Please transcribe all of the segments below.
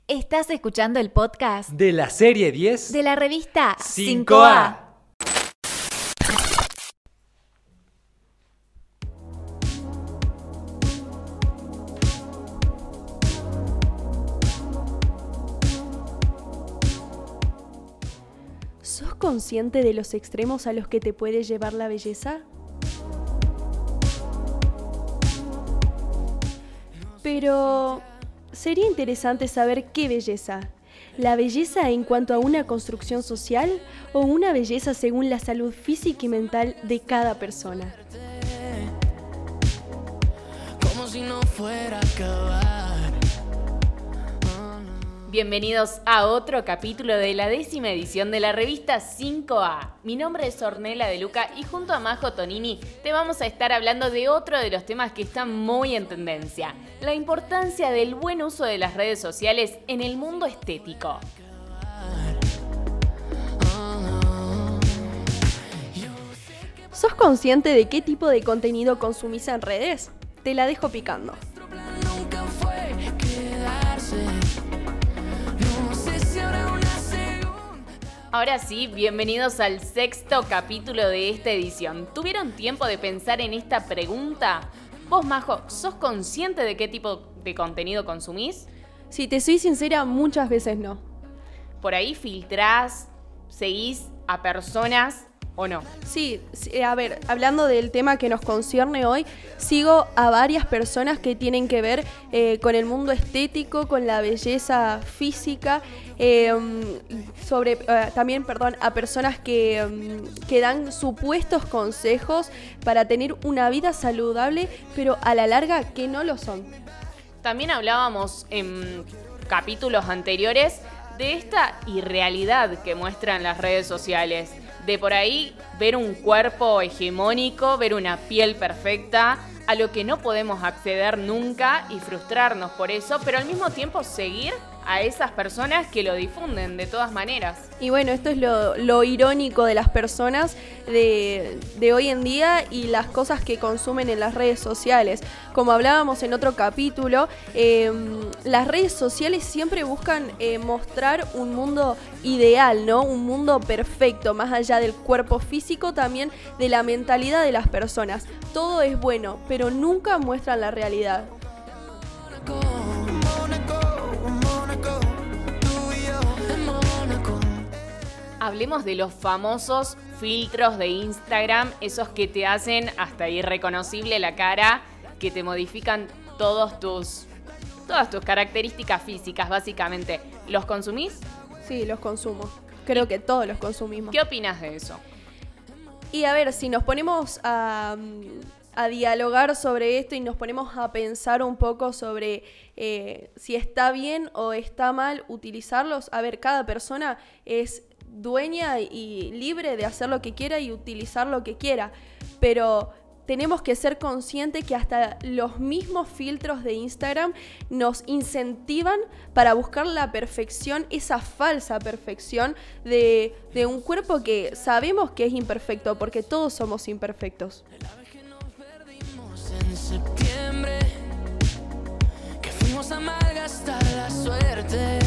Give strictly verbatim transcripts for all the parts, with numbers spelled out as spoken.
Estás escuchando el podcast de la serie diez de la revista cinco A. ¿Sos consciente de los extremos a los que te puede llevar la belleza? Pero sería interesante saber qué belleza. ¿La belleza en cuanto a una construcción social o una belleza según la salud física y mental de cada persona? Como si no fuera a acabar. Bienvenidos a otro capítulo de la décima edición de la revista cinco A. Mi nombre es Ornella De Luca y junto a Majo Tonini te vamos a estar hablando de otro de los temas que están muy en tendencia: la importancia del buen uso de las redes sociales en el mundo estético. ¿Sos consciente de qué tipo de contenido consumís en redes? Te la dejo picando. Nunca fue quedarse. No sé si habrá una segunda. Ahora sí, bienvenidos al sexto capítulo de esta edición. ¿Tuvieron tiempo de pensar en esta pregunta? Vos, Majo, ¿sos consciente de qué tipo de contenido consumís? Si te soy sincera, muchas veces no. ¿Por ahí filtrás, seguís a personas o no? Sí, sí, a ver, hablando del tema que nos concierne hoy, sigo a varias personas que tienen que ver eh, con el mundo estético, con la belleza física, eh, sobre eh, también, perdón, a personas que, um, que dan supuestos consejos para tener una vida saludable, pero a la larga que no lo son. También hablábamos en capítulos anteriores de esta irrealidad que muestran las redes sociales. De por ahí ver un cuerpo hegemónico, ver una piel perfecta, a lo que no podemos acceder nunca y frustrarnos por eso, pero al mismo tiempo seguir a esas personas que lo difunden de todas maneras. Y bueno, esto es lo, lo irónico de las personas de, de hoy en día y las cosas que consumen en las redes sociales. Como hablábamos en otro capítulo, eh, las redes sociales siempre buscan eh, mostrar un mundo ideal, ¿no? Un mundo perfecto, más allá del cuerpo físico, también de la mentalidad de las personas. Todo es bueno, pero nunca muestran la realidad. Hablemos de los famosos filtros de Instagram, esos que te hacen hasta irreconocible la cara, que te modifican todos tus, todas tus características físicas, básicamente. ¿Los consumís? Sí, los consumo. Creo que todos los consumimos. ¿Qué opinas de eso? Y a ver, si nos ponemos a, a dialogar sobre esto y nos ponemos a pensar un poco sobre eh, si está bien o está mal utilizarlos, a ver, cada persona es dueña y libre de hacer lo que quiera y utilizar lo que quiera, pero tenemos que ser conscientes que hasta los mismos filtros de Instagram nos incentivan para buscar la perfección, esa falsa perfección de, de un cuerpo que sabemos que es imperfecto, porque todos somos imperfectos. La vez que nos perdimos en septiembre, que fuimos a malgastar la suerte.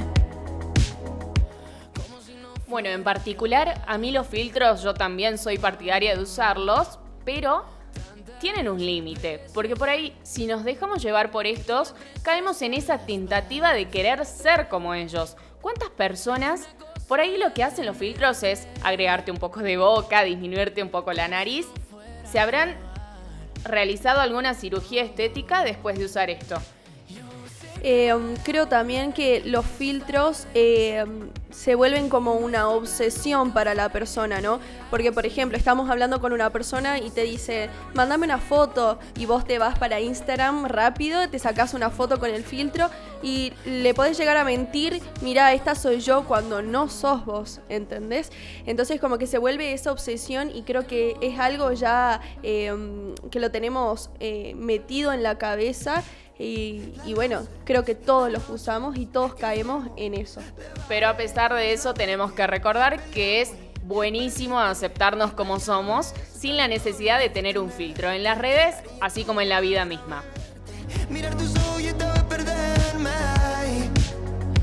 Bueno, en particular, a mí los filtros yo también soy partidaria de usarlos, pero tienen un límite, porque por ahí, si nos dejamos llevar por estos, caemos en esa tentativa de querer ser como ellos. ¿Cuántas personas, por ahí lo que hacen los filtros es agregarte un poco de boca, disminuirte un poco la nariz? ¿Se habrán realizado alguna cirugía estética después de usar esto? Eh, creo también que los filtros eh, se vuelven como una obsesión para la persona, ¿no? Porque, por ejemplo, estamos hablando con una persona y te dice, mándame una foto, y vos te vas para Instagram rápido, te sacás una foto con el filtro y le podés llegar a mentir, mirá, esta soy yo, cuando no sos vos, ¿entendés? Entonces como que se vuelve esa obsesión y creo que es algo ya eh, que lo tenemos eh, metido en la cabeza. Y, y bueno, creo que todos los usamos y todos caemos en eso. Pero a pesar de eso tenemos que recordar que es buenísimo aceptarnos como somos sin la necesidad de tener un filtro en las redes, así como en la vida misma. Mirar tus ojos y estaba a perderme.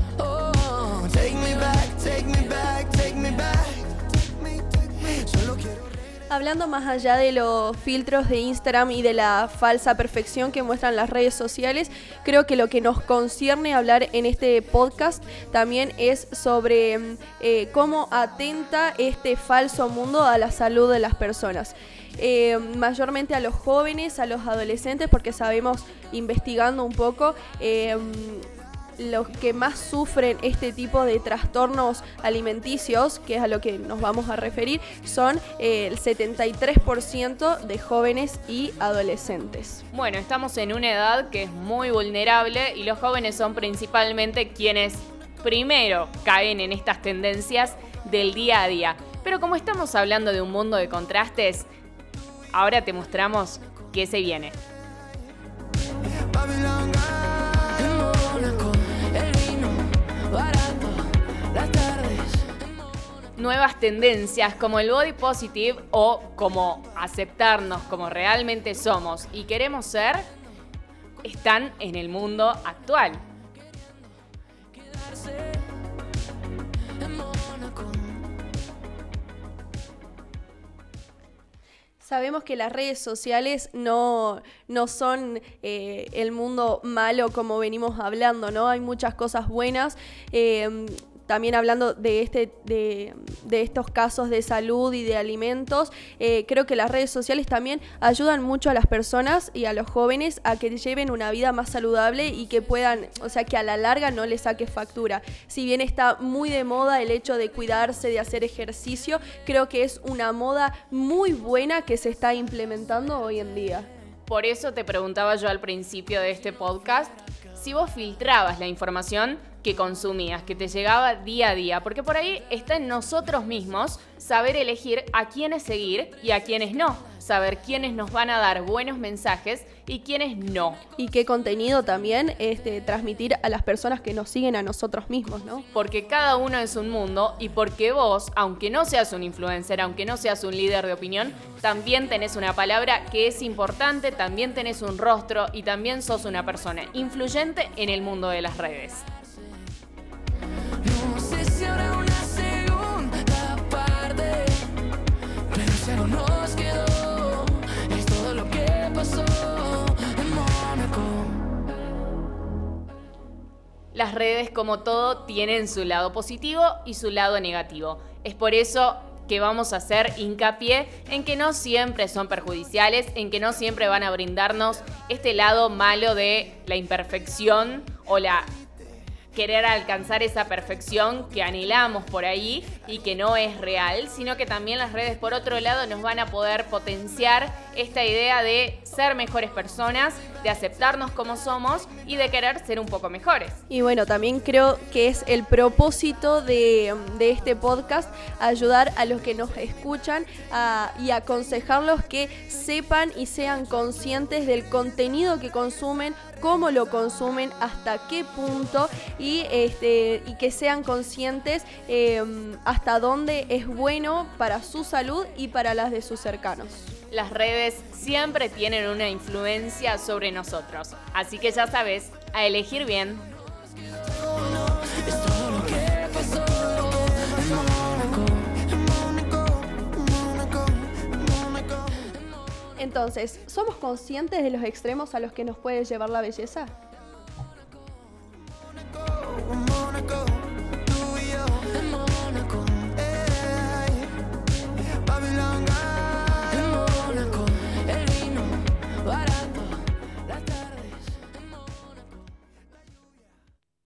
hablando más allá de los filtros de Instagram y de la falsa perfección que muestran las redes sociales, creo que lo que nos concierne hablar en este podcast también es sobre eh, cómo atenta este falso mundo a la salud de las personas. Eh, mayormente a los jóvenes, a los adolescentes, porque sabemos, investigando un poco, eh, los que más sufren este tipo de trastornos alimenticios, que es a lo que nos vamos a referir, son eh, el setenta y tres por ciento de jóvenes y adolescentes. Bueno, estamos en una edad que es muy vulnerable y los jóvenes son principalmente quienes primero caen en estas tendencias del día a día. Pero como estamos hablando de un mundo de contrastes, ahora te mostramos qué se viene. Nuevas tendencias como el body positive o como aceptarnos como realmente somos y queremos ser, están en el mundo actual. Sabemos que las redes sociales no, no son eh, el mundo malo como venimos hablando, ¿no? Hay muchas cosas buenas. Eh, También hablando de, este, de, de estos casos de salud y de alimentos, eh, creo que las redes sociales también ayudan mucho a las personas y a los jóvenes a que lleven una vida más saludable y que puedan, o sea, que a la larga no les saque factura. Si bien está muy de moda el hecho de cuidarse, de hacer ejercicio, creo que es una moda muy buena que se está implementando hoy en día. Por eso te preguntaba yo al principio de este podcast, si vos filtrabas la información que consumías, que te llegaba día a día, porque por ahí está en nosotros mismos saber elegir a quiénes seguir y a quiénes no, saber quiénes nos van a dar buenos mensajes y quiénes no. Y qué contenido también este, transmitir a las personas que nos siguen a nosotros mismos, ¿no? Porque cada uno es un mundo y porque vos, aunque no seas un influencer, aunque no seas un líder de opinión, también tenés una palabra que es importante, también tenés un rostro y también sos una persona influyente en el mundo de las redes. No sé si habrá una segunda parte, pero si algo nos quedó, es todo lo que pasó en Mónaco. Las redes, como todo, tienen su lado positivo y su lado negativo. Es por eso que vamos a hacer hincapié en que no siempre son perjudiciales, en que no siempre van a brindarnos este lado malo de la imperfección o la querer alcanzar esa perfección que anhelamos por ahí y que no es real, sino que también las redes, por otro lado, nos van a poder potenciar esta idea de ser mejores personas, de aceptarnos como somos y de querer ser un poco mejores. Y bueno, también creo que es el propósito de, de este podcast ayudar a los que nos escuchan a, y aconsejarlos que sepan y sean conscientes del contenido que consumen, cómo lo consumen, hasta qué punto y, este, y que sean conscientes eh, hasta dónde es bueno para su salud y para las de sus cercanos. Las redes siempre tienen una influencia sobre nosotros, así que ya sabes, a elegir bien. Es todo lo que pasó en Mónaco, en Mónaco, en Mónaco, en Mónaco. Entonces, ¿somos conscientes de los extremos a los que nos puede llevar la belleza?